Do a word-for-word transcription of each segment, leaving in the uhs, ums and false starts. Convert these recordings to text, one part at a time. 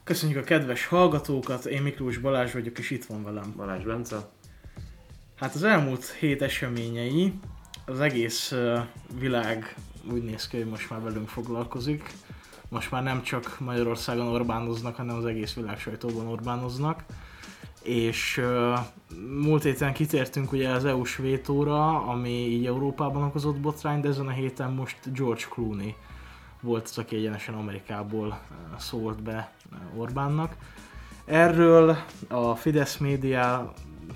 Köszönjük a kedves hallgatókat, én Miklós Balázs vagyok, és itt van velem Balázs Bence. Hát az elmúlt hét eseményei, az egész uh, világ úgy néz ki, hogy most már velünk foglalkozik. Most már nem csak Magyarországon Orbánoznak, hanem az egész világ sajtóban Orbánoznak. És uh, múlt héten kitértünk ugye az é u-s vétóra, ami így Európában okozott botrány, de ezen a héten most George Clooney volt az, aki egyenesen Amerikából uh, szólt be uh, Orbánnak. Erről a Fidesz média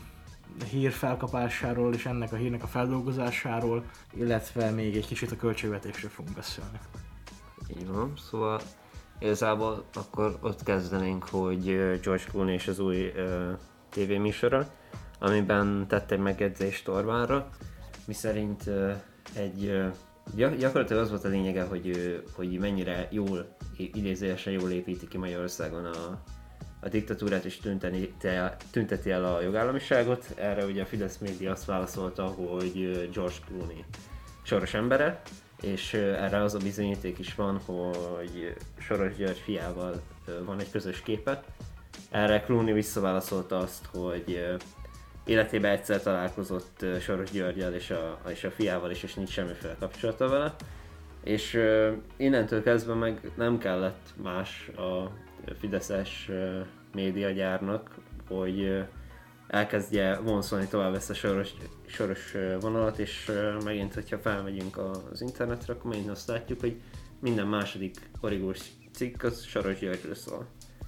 hír felkapásáról és ennek a hírnek a feldolgozásáról, illetve még egy kicsit a költségvetésről fogunk beszélni. Így van, szóval igazából akkor ott kezdenénk, hogy George Clooney és az új uh, tévéműsora, amiben tett egy megjegyzést Orbánra, miszerint uh, egy uh, gyakorlatilag az volt a lényege, hogy, uh, hogy mennyire jól, idézőjelesen jól építi ki Magyarországon a a diktatúrát és tünteni, te, tünteti el a jogállamiságot. Erre ugye a Fidesz média azt válaszolta, hogy George Clooney Soros embere, és erre az a bizonyíték is van, hogy Soros György fiával van egy közös képe. Erre Clooney visszaválaszolta azt, hogy életében egyszer találkozott Soros Györggyel és a, és a fiával is, és nincs semmiféle kapcsolata vele. És innentől kezdve meg nem kellett más a fideszes uh, médiagyárnak, hogy uh, elkezdje vonszolni tovább ezt a soros, soros uh, vonalat, és uh, megint, hogyha felmegyünk az internetre, akkor megint azt látjuk, hogy minden második origós cikk az Soros Györgyről szól.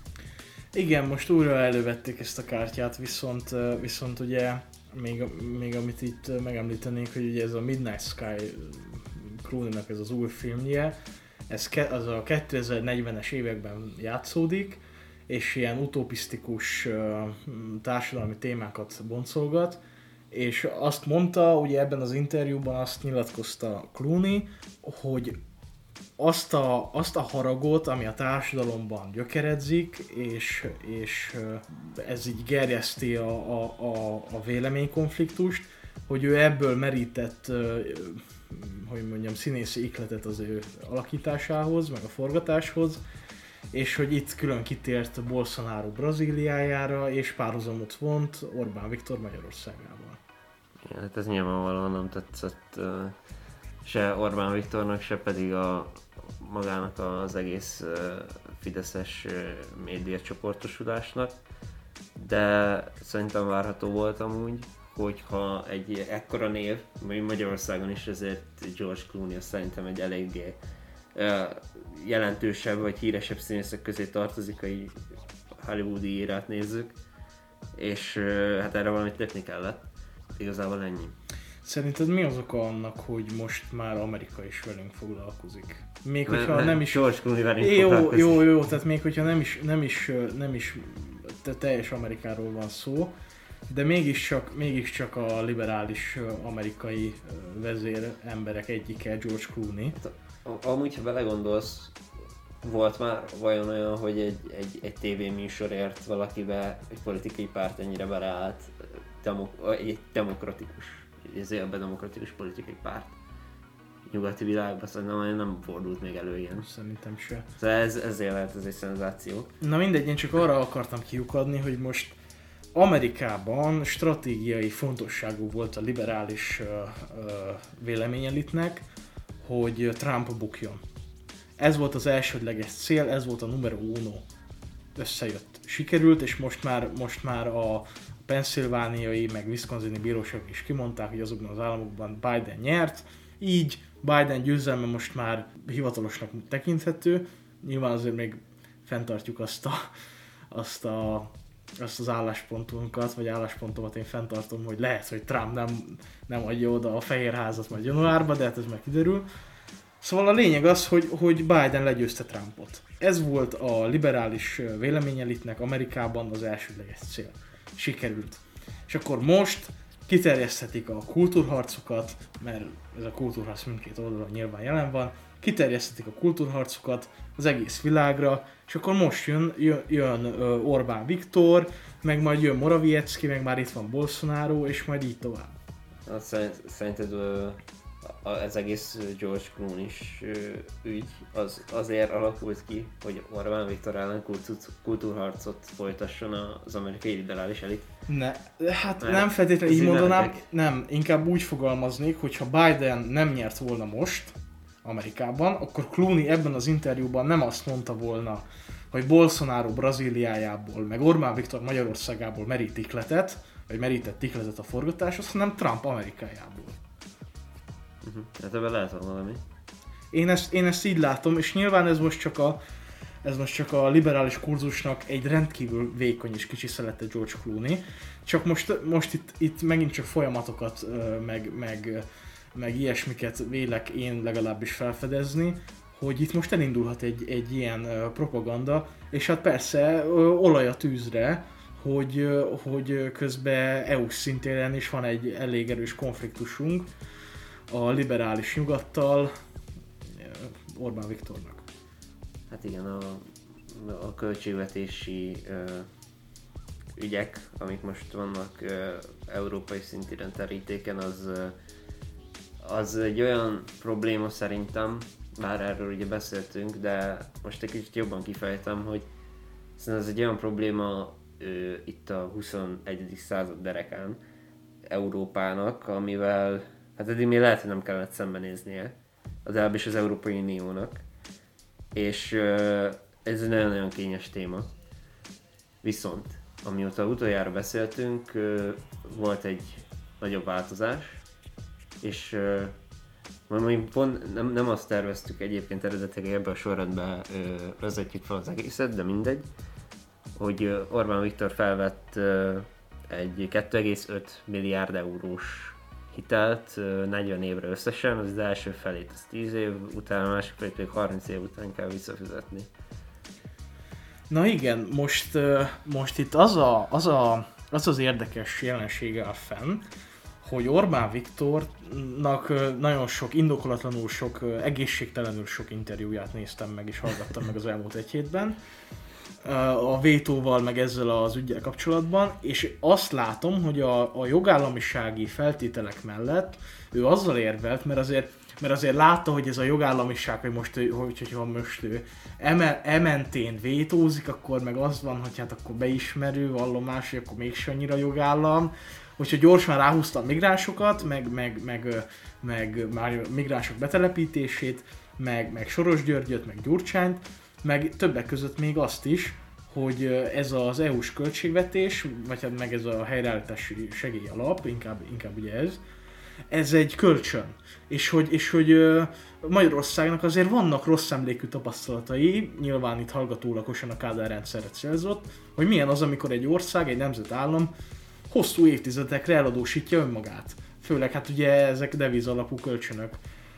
Igen, most újra elővették ezt a kártyát, viszont, uh, viszont ugye még, még amit itt megemlítenénk, hogy ugye ez a Midnight Sky Clooney-nak ez az új filmje, ez ke- az a kétezer-negyvenes években játszódik, és ilyen utopisztikus uh, társadalmi témákat boncolgat, és azt mondta, ugye ebben az interjúban azt nyilatkozta Clooney, hogy azt a, azt a haragot, ami a társadalomban gyökeredzik, és, és uh, ez így gerjeszti a, a, a, a véleménykonfliktust, hogy ő ebből merített uh, hogy mondjam, színészi ihletet az ő alakításához, meg a forgatáshoz, és hogy itt külön kitért Bolsonaro Brazíliájára, és párhuzamot vont Orbán Viktor Magyarországával. Ja, hát ez nyilvánvalóan nem tetszett uh, se Orbán Viktornak, se pedig a magának az egész uh, fideszes uh, média csoportosulásnak, de szerintem várható volt amúgy, hogyha egy ekkora név, Magyarországon is ezért George Clooney szerintem egy eléggé uh, jelentősebb vagy híresebb színészek közé tartozik, a hollywoodi írát nézzük, és uh, hát erre valamit lépni kellett. Igazából ennyi. Szerinted mi az oka annak, hogy most már Amerika is velünk foglalkozik? Még mert, hogyha mert nem is... George Clooney velünk jó, foglalkozik. Jó, jó, tehát még hogyha nem is, nem is, nem is teljes Amerikáról van szó, de mégiscsak, mégiscsak a liberális amerikai vezér emberek egyike George Clooney. Amúgy, ha belegondolsz, volt már vajon olyan, hogy egy, egy, egy tévéműsorért valakibe egy politikai párt ennyire beleállt, demok- egy demokratikus, ezért a demokratikus politikai párt nyugati világban, szerintem nem, nem fordult még elő ilyen. Szerintem se. Szóval ez, ezért lehet ez egy szenzáció. Na mindegy, én csak arra akartam kiukadni, hogy most Amerikában stratégiai fontosságú volt a liberális uh, uh, véleményelitnek, hogy Trump bukjon. Ez volt az elsődleges cél, ez volt a numero uno. Összejött, sikerült, és most már, most már a pennsylvániai meg wisconsini bíróságok is kimondták, hogy azokban az államokban Biden nyert, így Biden győzelme most már hivatalosnak tekinthető. Nyilván azért még fenntartjuk azt a, azt a azt az álláspontunkat, vagy álláspontomat én fenntartom, hogy lehet, hogy Trump nem, nem adja oda a Fehérházat majd januárban, de hát ez meg kiderül. Szóval a lényeg az, hogy, hogy Biden legyőzte Trumpot. Ez volt a liberális véleményelitnek Amerikában az elsődleges cél. Sikerült. És akkor most kiterjeszthetik a kultúrharcokat, mert ez a kultúrharc mindkét oldalon nyilván jelen van, kiterjeszthetik a kultúrharcokat az egész világra, és akkor most jön, jön, jön Orbán Viktor, meg majd jön Morawiecki, meg már itt van Bolsonaro, és majd így tovább. Szerinted az egész George Clooney-s ügy az azért alakult ki, hogy Orbán Viktor ellen kultúr, kultúrharcot folytasson az amerikai liberális elit. Ne, hát Mert nem feltétlenül így mondanám, nem, inkább úgy fogalmaznék, hogy ha Biden nem nyert volna most Amerikában, akkor Clooney ebben az interjúban nem azt mondta volna, hogy Bolsonaro Brazíliájából, meg Orbán Viktor Magyarországából merít ikletet, vagy merített ikletet a forgatáshoz, hanem Trump Amerikájából. Uh-huh. Hát ebben lehet valami. Én ezt, én ezt így látom, és nyilván ez most csak a, ez most csak a liberális kurzusnak egy rendkívül vékony és kicsi szelete George Clooney. Csak most, most itt, itt megint csak folyamatokat, meg, meg, meg ilyesmiket vélek én legalábbis felfedezni, hogy itt most elindulhat egy, egy ilyen propaganda, és hát persze olaj a tűzre, hogy, hogy közben é u szintéren is van egy elég erős konfliktusunk a liberális nyugattal, Orbán Viktornak. Hát igen, a, a költségvetési ö, ügyek, amik most vannak ö, európai szintéren terítéken, az, ö, az egy olyan probléma szerintem, bár erről ugye beszéltünk, de most egy kicsit jobban kifejtem, hogy szerintem ez egy olyan probléma ö, itt a huszonegyedik század derekán Európának, amivel hát eddig még lehet, hogy nem kellett szembenéznie, az legalábbis az Európai Uniónak, és ö, ez egy nagyon-nagyon kényes téma. Viszont, amióta utoljára beszéltünk, ö, volt egy nagyobb változás, és ö, mi pont nem, nem azt terveztük egyébként eredetileg ebben a sorrendben ö, vezetjük fel az egészet, de mindegy, hogy Orbán Viktor felvett ö, egy két egész öt milliárd eurós hitelt negyven évre összesen, az, az első felét az tíz év után, a másik felét pedig harminc év után kell visszafizetni. Na igen, most, most itt az, a, az, a, az az érdekes jelensége áll fenn, hogy Orbán Viktornak nagyon sok, indokolatlanul sok, egészségtelenül sok interjúját néztem meg és hallgattam meg az elmúlt egy hétben a vétóval, meg ezzel az üggyel kapcsolatban, és azt látom, hogy a, a jogállamisági feltételek mellett ő azzal érvelt, mert azért, mert azért látta, hogy ez a jogállamiság, hogy most ő, hogy, hogyha most ő eme, ementén vétózik, akkor meg az van, hogy hát akkor beismerő vallomás, hogy akkor mégse annyira jogállam, úgyhogy gyorsan ráhúzta a migránsokat, meg, meg, meg, meg már migránsok betelepítését, meg, meg Soros Györgyöt, meg Gyurcsányt, meg többek között még azt is, hogy ez az é u-s költségvetés, vagy hát meg ez a helyreállítási segélyalap, inkább, inkább ugye ez, ez egy kölcsön. És hogy, és hogy Magyarországnak azért vannak rossz emlékű tapasztalatai, nyilván itt hallgatólagosan a Kádár rendszerre célzott, hogy milyen az, amikor egy ország, egy nemzetállam hosszú évtizedekre eladósítja önmagát. Főleg hát ugye ezek deviz alapú kölcsönök.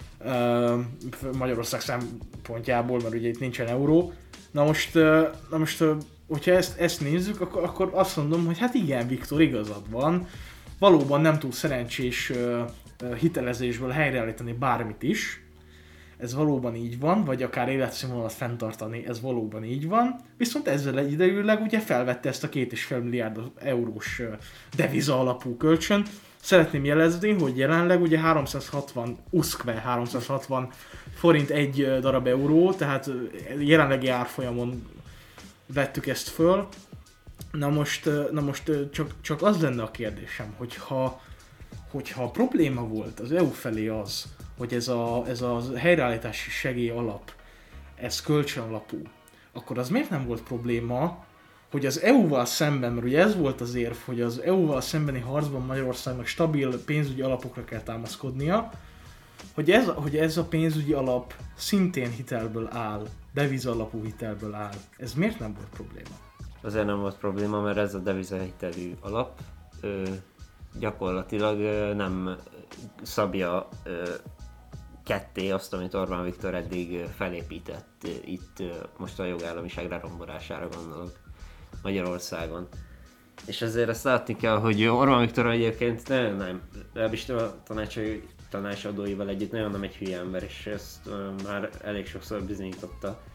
Magyarország szempontjából, mert ugye itt nincsen euró. Na most, na most hogyha ezt, ezt nézzük, akkor, akkor azt mondom, hogy hát igen, Viktor, igazad van. Valóban nem túl szerencsés hitelezésből helyreállítani bármit is. Ez valóban így van, vagy akár életszínvonalat fenntartani, ez valóban így van. Viszont ezzel egyidejűleg ugye felvette ezt a két és fél milliárd eurós deviza alapú kölcsön. Szeretném jelezni, hogy jelenleg ugye háromszázhatvan, uszkve háromszázhatvan forint egy darab euró, tehát jelenlegi árfolyamon vettük ezt föl. Na most, na most csak, csak az lenne a kérdésem, hogyha, hogyha probléma volt az é u felé az, hogy ez a, ez a helyreállítási segély alap, ez kölcsönalapú, akkor az miért nem volt probléma, hogy az é u-val szemben, mert ugye ez volt az érv, hogy az é u-val szembeni harcban Magyarországnak stabil pénzügyi alapokra kell támaszkodnia, hogy ez, hogy ez a pénzügyi alap szintén hitelből áll, deviza alapú hitelből áll. Ez miért nem volt probléma? Azért nem volt probléma, mert ez a devizahitelű alap ö, gyakorlatilag ö, nem szabja ö, ketté azt, amit Orbán Viktor eddig felépített ö, itt ö, most a jogállamiság lerombolására gondolok Magyarországon. És azért ezt látni kell, hogy Orbán Viktor egyébként nagyon nem, legalábbis a tanácsai, tanácsadóival együtt nagyon nem egy hülye ember, és ezt ö, már elég sokszor bizonyította,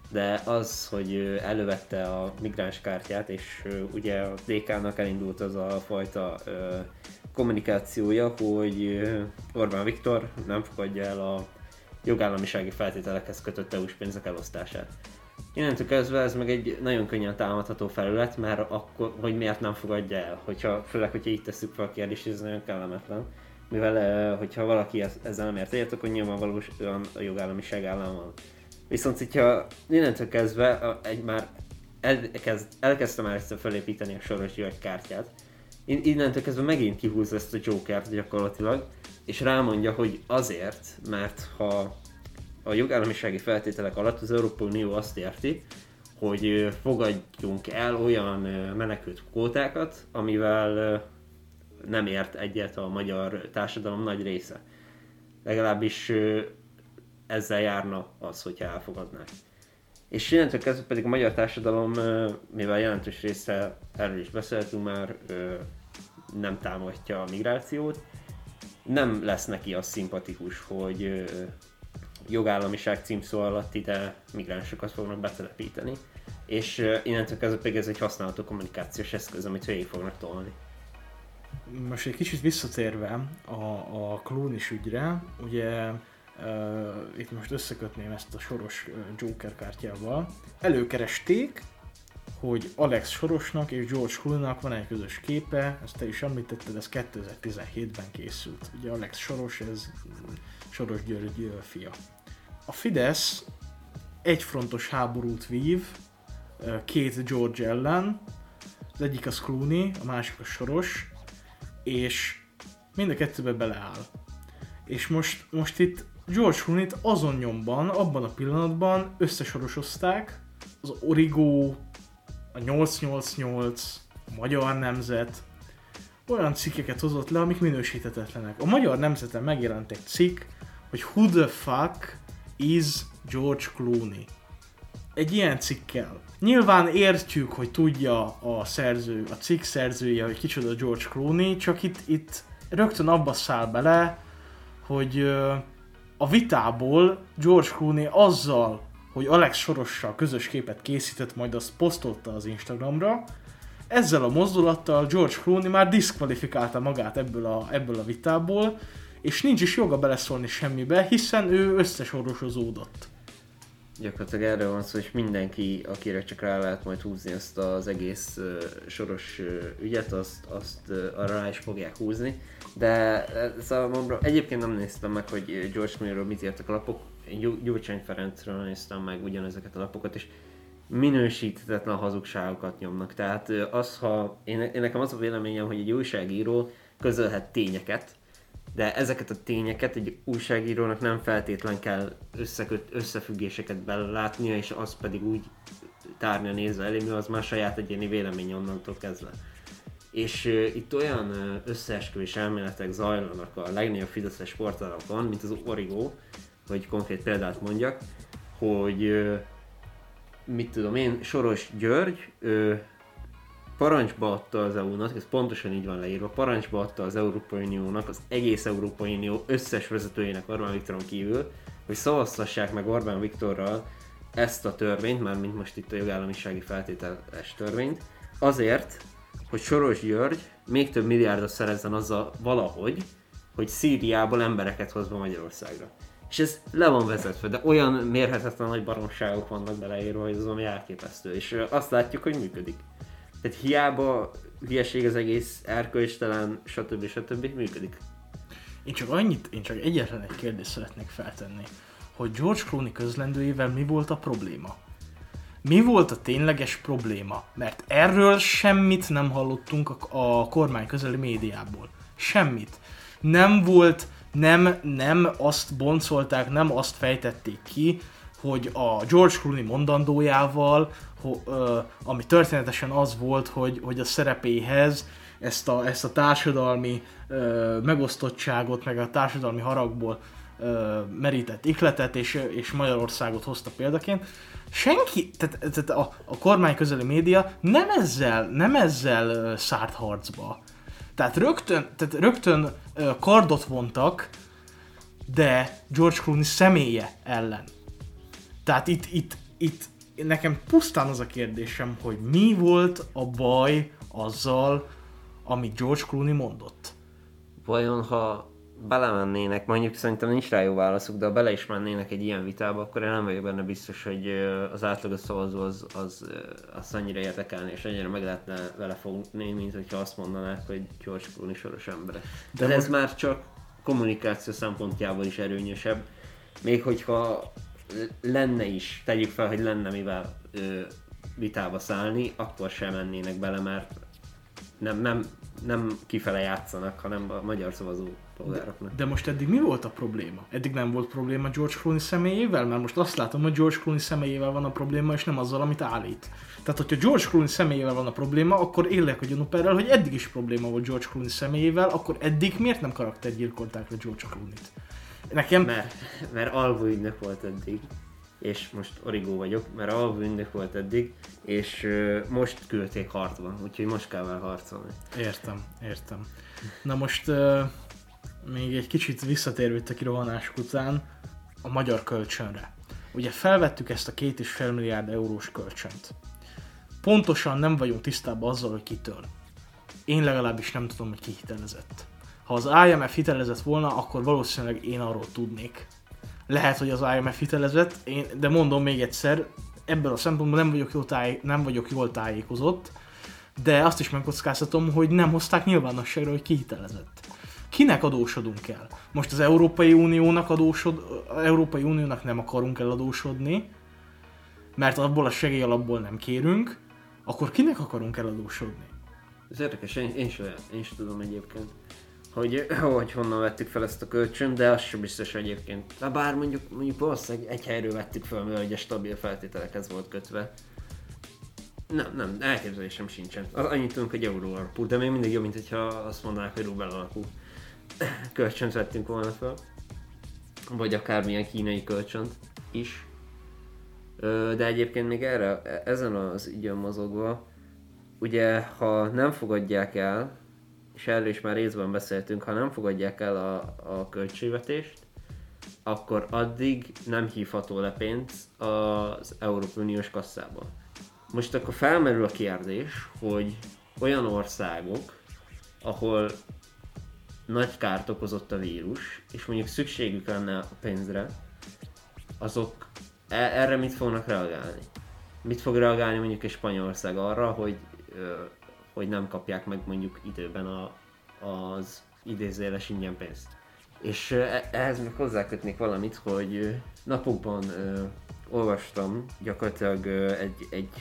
de az, hogy elővette a migráns kártyát, és ugye a dé ká-nak elindult az a fajta kommunikációja, hogy Orbán Viktor nem fogadja el a jogállamisági feltételekhez kötött é u-s pénzek elosztását. Innentől kezdve ez meg egy nagyon könnyen támadható felület, mert akkor, hogy miért nem fogadja el, hogyha, főleg, hogyha így tesszük fel a kérdést, ez nagyon kellemetlen. Mivel, hogyha valaki ezzel nem ért egyet, akkor nyilvánvalóan a jogállamiság ellen van. Viszont, hogyha innentől kezdve egy már elkezd, elkezdtem már egyszer felépíteni a Soros György kártyát, innentől kezdve megint kihúzza ezt a Jokert gyakorlatilag, és rámondja, hogy azért, mert ha a jogállamisági feltételek alatt az Európai Unió azt érti, hogy fogadjunk el olyan menekült kvótákat, amivel nem ért egyet a magyar társadalom nagy része. Legalábbis ezzel járna az, hogyha elfogadnák. És innentől kezdve pedig a magyar társadalom, mivel jelentős része, erről is beszéltünk már, nem támogatja a migrációt, nem lesz neki az szimpatikus, hogy jogállamiság címszó alatt ide migránsokat fognak betelepíteni, és innentől kezdve pedig ez egy használható kommunikációs eszköz, amit végig fognak tolni. Most egy kicsit visszatérve a, a Clooney-s ügyre, ugye uh, itt most összekötném ezt a Soros uh, Joker kártyával. Előkeresték, hogy Alex Sorosnak és George Clooney-nak van egy közös képe, ezt te is említetted, ez kétezer-tizenhétben készült. Ugye Alex Soros, ez Soros György fia. A Fidesz egyfrontos háborút vív két George ellen, az egyik az Clooney, a másik a Soros, és mind a kettőbe beleáll. És most, most itt George Clooney-t azon nyomban, abban a pillanatban összesorosozták, az Origo, a nyolc nyolc nyolc, a Magyar Nemzet, olyan cikkeket hozott le, amik minősíthetetlenek. A Magyar Nemzeten megjelent egy cikk, hogy Who the fuck is George Clooney? Egy ilyen cikkel. Nyilván értjük, hogy tudja a szerző, a cikk szerzője, hogy kicsoda George Clooney, csak itt, itt rögtön abba száll bele, hogy a vitából George Clooney azzal, hogy Alex Sorossal közös képet készített, majd azt posztolta az Instagramra, ezzel a mozdulattal George Clooney már diszkvalifikálta magát ebből a, ebből a vitából, és nincs is joga beleszólni semmibe, hiszen ő összesorosozódott. Gyakorlatilag erről van szó, hogy mindenki, akire csak rá lehet majd húzni ezt az egész uh, Soros uh, ügyet, azt, azt uh, arra rá is fogják húzni. De számomra egyébként nem néztem meg, hogy George Clooneyról mit írtak a lapok. Én Gyurcsány Ferencről néztem meg ugyanezeket a lapokat, és minősíthetetlen hazugságokat nyomnak. Tehát az, ha én, én nekem az a véleményem, hogy egy újságíró közölhet tényeket, de ezeket a tényeket egy újságírónak nem feltétlen kell összeköt, összefüggéseket belelátnia, és az pedig úgy tárni a nézve elé, mi az már saját egyéni vélemény onnantól kezdve. És uh, itt olyan uh, összeesküvés elméletek zajlanak a legnagyobb fideszes portálokon, mint az Origo, hogy konkrét példát mondjak, hogy uh, mit tudom én, Soros György uh, parancsba adta az é u-nak, ez pontosan így van leírva, parancsba adta az Európai Uniónak, az egész Európai Unió összes vezetőjének Orbán Viktoron kívül, hogy szavaztassák meg Orbán Viktorral ezt a törvényt, mármint most itt a jogállamisági feltételes törvényt, azért, hogy Soros György még több milliárdot szerezzen azzal valahogy, hogy Szíriából embereket hoz be Magyarországra. És ez le van vezetve, de olyan mérhetetlen nagy baromságok vannak beleírva, hogy az ami elképesztő, és azt látjuk, hogy működik. Tehát hiába hülyeség az egész, erkölcstelen, stb. stb. Működik. Én csak annyit, én csak egyetlen egy kérdést szeretnék feltenni, hogy George Clooney közlendőjével mi volt a probléma? Mi volt a tényleges probléma? Mert erről semmit nem hallottunk a, a kormány közeli médiából. Semmit. Nem volt, nem, nem azt boncolták, nem azt fejtették ki, hogy a George Clooney mondandójával, ho, ö, ami történetesen az volt, hogy, hogy a szerepéhez ezt a, ezt a társadalmi ö, megosztottságot, meg a társadalmi haragból ö, merített ihletet, és, és Magyarországot hozta példaként. Senki, tehát, tehát a, a kormány közeli média nem ezzel, nem ezzel szállt harcba. Tehát rögtön, tehát rögtön ö, kardot vontak, de George Clooney személye ellen. Tehát itt, itt, itt nekem pusztán az a kérdésem, hogy mi volt a baj azzal, amit George Clooney mondott. Vajon ha belemennének, mondjuk szerintem nincs rá jó válaszuk, de ha bele is mennének egy ilyen vitába, akkor én nem vagyok benne biztos, hogy az átlagos szavazó az, az, az annyira érdekelni, és annyira meg lehetne vele fogni, mint hogyha azt mondanák, hogy George Clooney soros embere. De, de ez most... már csak kommunikáció szempontjából is erőnyösebb. Még hogyha lenne is, tegyük fel, hogy lenne mivel ö, vitába szállni, akkor sem mennének bele, mert nem, nem, nem kifele játszanak, hanem a magyar szavazó polgároknak. De, de most eddig mi volt a probléma? Eddig nem volt probléma George Clooney személyével? Mert most azt látom, hogy George Clooney személyével van a probléma, és nem azzal, amit állít. Tehát, hogyha George Clooney személyével van a probléma, akkor élek a gyanúperrel, hogy eddig is probléma volt George Clooney személyével, akkor eddig miért nem karaktergyilkolták le George Clooney-t? Nekem... Mert, mert alvóügynök volt eddig, és most origó vagyok, mert alvóügynök volt eddig, és uh, most küldték harcba, úgyhogy most kell vele harcolni. Értem, értem. Na most uh, még egy kicsit visszatérve itt a kirohanások után a magyar kölcsönre. Ugye felvettük ezt a két és fél milliárd eurós kölcsönt. Pontosan nem vagyunk tisztában azzal, hogy kitől. Én legalábbis nem tudom, hogy ki hitelezett. Ha az I M F hitelezett volna, akkor valószínűleg én arról tudnék. Lehet, hogy az I M F hitelezett, én, de mondom még egyszer, ebből a szempontból nem vagyok, jól táj, nem vagyok jól tájékozott, de azt is megkockáztatom, hogy nem hozták nyilvánosságra, hogy ki hitelezett. Kinek adósodunk el? Most az Európai Uniónak adósod, az Európai Uniónak nem akarunk eladósodni, mert abból a segélyalapból nem kérünk, akkor kinek akarunk eladósodni? Ez érdekes, én, én, sem, én sem tudom egyébként, hogy, hogy honnan vettük fel ezt a kölcsön, de az sem biztos egyébként. De bár mondjuk, mondjuk valószínűleg egy helyről vettük fel, mivel ugye stabil feltételekhez volt kötve. Nem, nem, elképzelésem sincsen. Annyit tudunk, hogy euró alapú, de még mindig jobb, mint hogyha azt mondanák, hogy rubel alapú kölcsönt vettünk volna fel. Vagy akármilyen kínai kölcsönt is. De egyébként még erre, ezen az ügyön mozogva, ugye ha nem fogadják el, és erről is már részben beszéltünk, ha nem fogadják el a, a költségvetést, akkor addig nem hívható le pénz az Európai Uniós kasszába. Most akkor felmerül a kérdés, hogy olyan országok, ahol nagy kárt okozott a vírus, és mondjuk szükségük lenne a pénzre, azok erre mit fognak reagálni? Mit fog reagálni mondjuk egy Spanyolország arra, hogy, hogy nem kapják meg mondjuk időben a, az idézőjeles ingyen pénzt? És ehhez még hozzákötnék valamit, hogy napokban ö, olvastam gyakorlatilag ö, egy, egy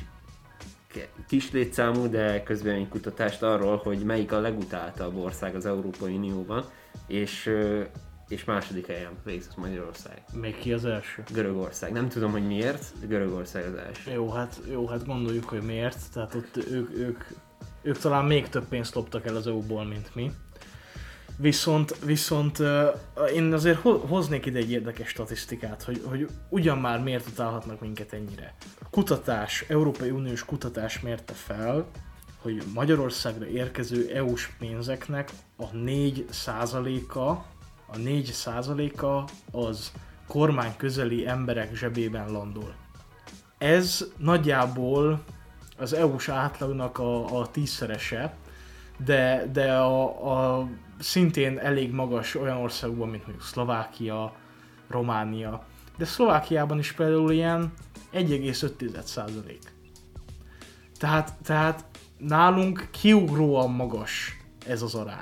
kis létszámú, de közvéleménykutatást arról, hogy melyik a legutáltabb ország az Európai Unióban, és, ö, és második helyen végzett Magyarország. Még ki az első? Görögország. Nem tudom, hogy miért, de Görögország az első. Jó, hát, jó, hát gondoljuk, hogy miért. Tehát ott ők, ők, ők talán még több pénzt loptak el az é u-ból, mint mi. Viszont, viszont uh, én azért hoznék ide egy érdekes statisztikát, hogy, hogy ugyan már miért utálhatnak minket ennyire. Kutatás, Európai Uniós kutatás mérte fel, hogy Magyarországra érkező é u-s pénzeknek a négy százaléka, a négy százaléka az kormány közeli emberek zsebében landol. Ez nagyjából az é u-s átlagnak a, a tízszerese, de, de a, a szintén elég magas olyan országokban, mint mondjuk Szlovákia, Románia. De Szlovákiában is például ilyen egy egész öt százalék. Tehát, tehát nálunk kiugróan magas ez az arány.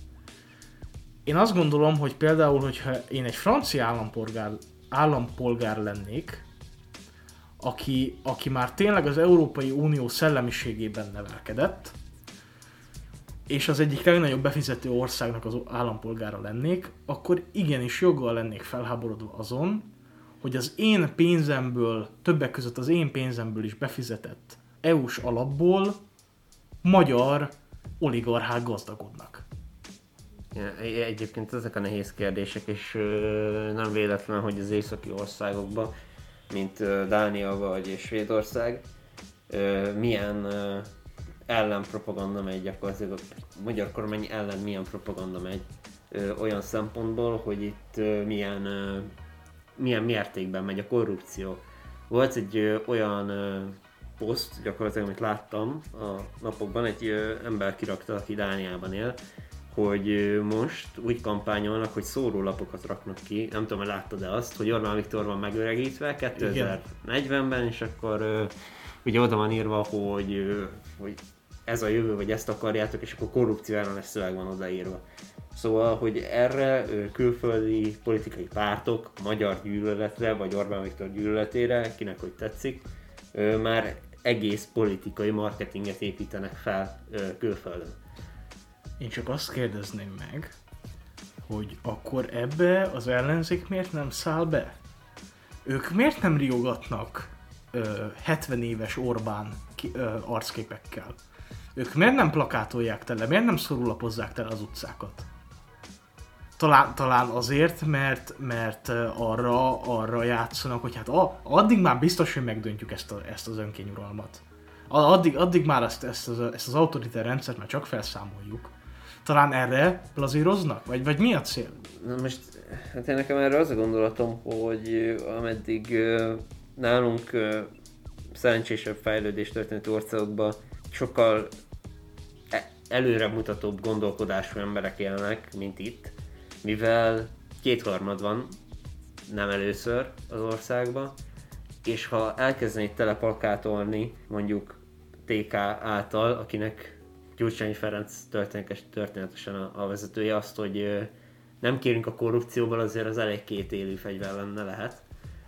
Én azt gondolom, hogy például, hogyha én egy francia állampolgár, állampolgár lennék, aki, aki már tényleg az Európai Unió szellemiségében nevelkedett, és az egyik legnagyobb befizető országnak az állampolgára lennék, akkor igenis joggal lennék felháborodva azon, hogy az én pénzemből, többek között az én pénzemből is befizetett é u-s alapból magyar oligarchák gazdagodnak. Ja, egyébként ezek a nehéz kérdések, és ö, nem véletlen, hogy az északi országokban, mint ö, Dánia vagy Svédország, ö, milyen ö, ellenpropaganda megy gyakorlatilag, a magyar kormány ellen milyen propaganda megy ö, olyan szempontból, hogy itt ö, milyen, ö, milyen mértékben megy a korrupció. Volt egy ö, olyan ö, poszt, gyakorlatilag, amit láttam a napokban, egy ö, ember kirakta, aki Dániában él, hogy ö, most úgy kampányolnak, hogy szórólapokat raknak ki, nem tudom, hogy láttad-e azt, hogy Orbán Viktor van megöregítve kétezer-negyvenben, és akkor ö, ugye oda van írva, hogy, ö, hogy ez a jövő, vagy ezt akarjátok, és akkor korrupció ellenes szöveg van odaírva. Szóval, hogy erre külföldi politikai pártok magyar gyűlöletre, vagy Orbán Viktor gyűlöletére, kinek hogy tetszik, már egész politikai marketinget építenek fel külföldön. Én csak azt kérdezném meg, hogy akkor ebbe az ellenzék miért nem száll be? Ők miért nem riogatnak ö, hetven éves Orbán ki, ö, arcképekkel? Ők miért nem plakátolják tele, miért nem szorulapozzák tele az utcákat? Talán, talán azért, mert, mert arra, arra játszanak, hogy hát a, addig már biztos, hogy megdöntjük ezt, a, ezt az önkényuralmat. Addig, addig már ezt, ezt, az, ezt az autoritár rendszert már csak felszámoljuk. Talán erre plazíroznak? Vagy, vagy mi a cél? Na most, hát én nekem erre az a gondolatom, hogy ameddig nálunk szerencsésebb fejlődés történeti országokban sokkal előremutatóbb gondolkodású emberek élnek, mint itt, mivel kétharmad van, nem először az országban, és ha elkezdenéd teleplakátolni mondjuk té ká által, akinek Gyurcsány Ferenc történetesen a, a vezetője, azt, hogy nem kérünk a korrupcióból, azért az elég két élő fegyver lenne lehet.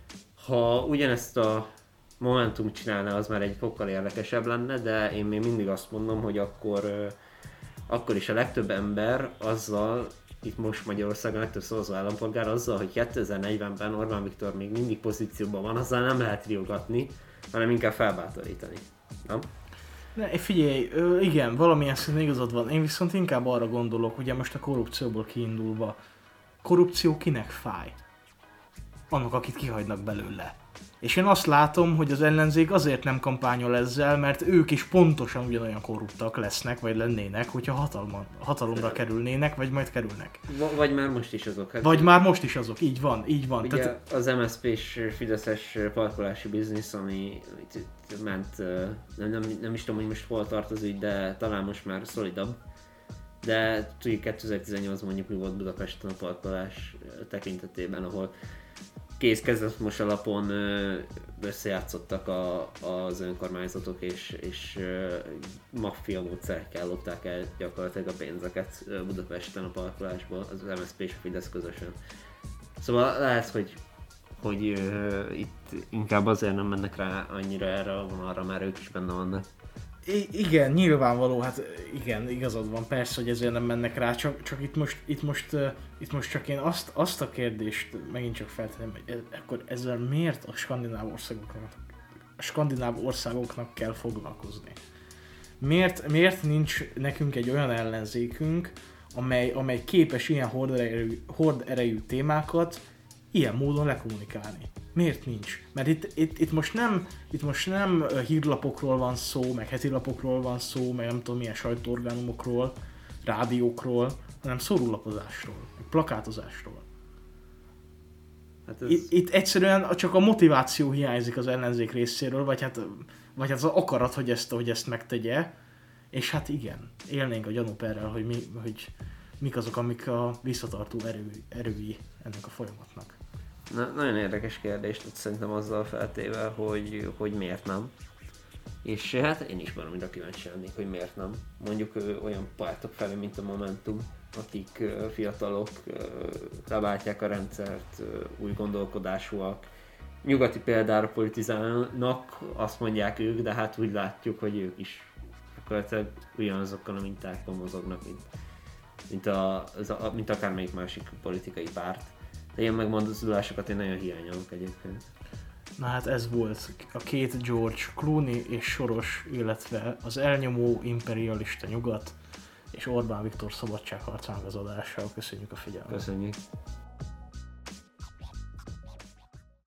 Ha ugyanezt a Momentum csinálna, az már egy fokkal érdekesebb lenne, de én még mindig azt mondom, hogy akkor, akkor is a legtöbb ember azzal, itt most Magyarországon a legtöbb szavazó állampolgár azzal, hogy kétezer-negyvenben Orbán Viktor még mindig pozícióban van, azzal nem lehet riogatni, hanem inkább felbátorítani. Nem? Ne, figyelj, igen, valamilyen szinten igazad van. Én viszont inkább arra gondolok, ugye most a korrupcióból kiindulva. Korrupció kinek fáj? Annak, akit kihagynak belőle. És én azt látom, hogy az ellenzék azért nem kampányol ezzel, mert ők is pontosan ugyanolyan korruptak lesznek, vagy lennének, hogyha hatalma, hatalomra kerülnének, vagy majd kerülnek. V- vagy már most is azok. Hát vagy már most is azok, így van, így van. Ugye Tehát... az em es zé pés fideszes parkolási biznisz, ami ment, nem, nem, nem is tudom, hogy most hol tart az ügy, de talán most már szolidabb. De tudjuk, kétezer-tizennyolcban mondjuk mi volt Budapesten a parkolás tekintetében, ahol kész kezdetmos alapon összejátszottak a, az önkormányzatok, és, és maffia módszerekkel lopták el gyakorlatilag a pénzeket Budapesten a parkolásból, az em es zé pé és a Fidesz közösen. Szóval lehet, hogy, hogy uh, itt inkább azért nem mennek rá annyira erre a vonalra, mert ők is benne vannak. I- igen, nyilvánvaló, hát igen, igazad van, persze, hogy ezért nem mennek rá, csak, csak itt, most, itt, most, uh, itt most csak én azt, azt a kérdést megint csak feltenném, hogy ez, akkor ezzel miért a skandináv országoknak, a skandináv országoknak kell foglalkozni? Miért, miért nincs nekünk egy olyan ellenzékünk, amely, amely képes ilyen horderejű, horderejű témákat ilyen módon lekommunikálni? Miért nincs? Mert itt, itt, itt, most nem, itt most nem hírlapokról van szó, meg hetilapokról van szó, meg nem tudom milyen sajtóorgánumokról, rádiókról, hanem szórólapozásról, meg plakátozásról. Hát ez... itt, itt egyszerűen csak a motiváció hiányzik az ellenzék részéről, vagy hát, vagy hát az akarat, hogy ezt, hogy ezt megtegye, és hát igen, élnénk a gyanúperrel, hogy, mi, hogy mik azok, amik a visszatartó erő, erői ennek a folyamatnak. Na, nagyon érdekes kérdés, szerintem azzal feltéve, hogy, hogy miért nem. És hát én is baromira kíváncsi lennék, hogy miért nem. Mondjuk ö, olyan pártok felé, mint a Momentum, akik ö, fiatalok, ö, leváltják a rendszert, ö, új gondolkodásúak, nyugati példára politizálnak, azt mondják ők, de hát úgy látjuk, hogy ők is gyakorlatilag ugyanazokkal a mintákon mozognak, mint, mint, a, az a, mint akármelyik másik politikai párt. De ilyen megmondozulásokat én nagyon hiányolok egyébként. Na hát ez volt a két George Clooney és Soros, illetve az elnyomó imperialista nyugat és Orbán Viktor szabadságharcának az adása. Köszönjük a figyelmet! Köszönjük!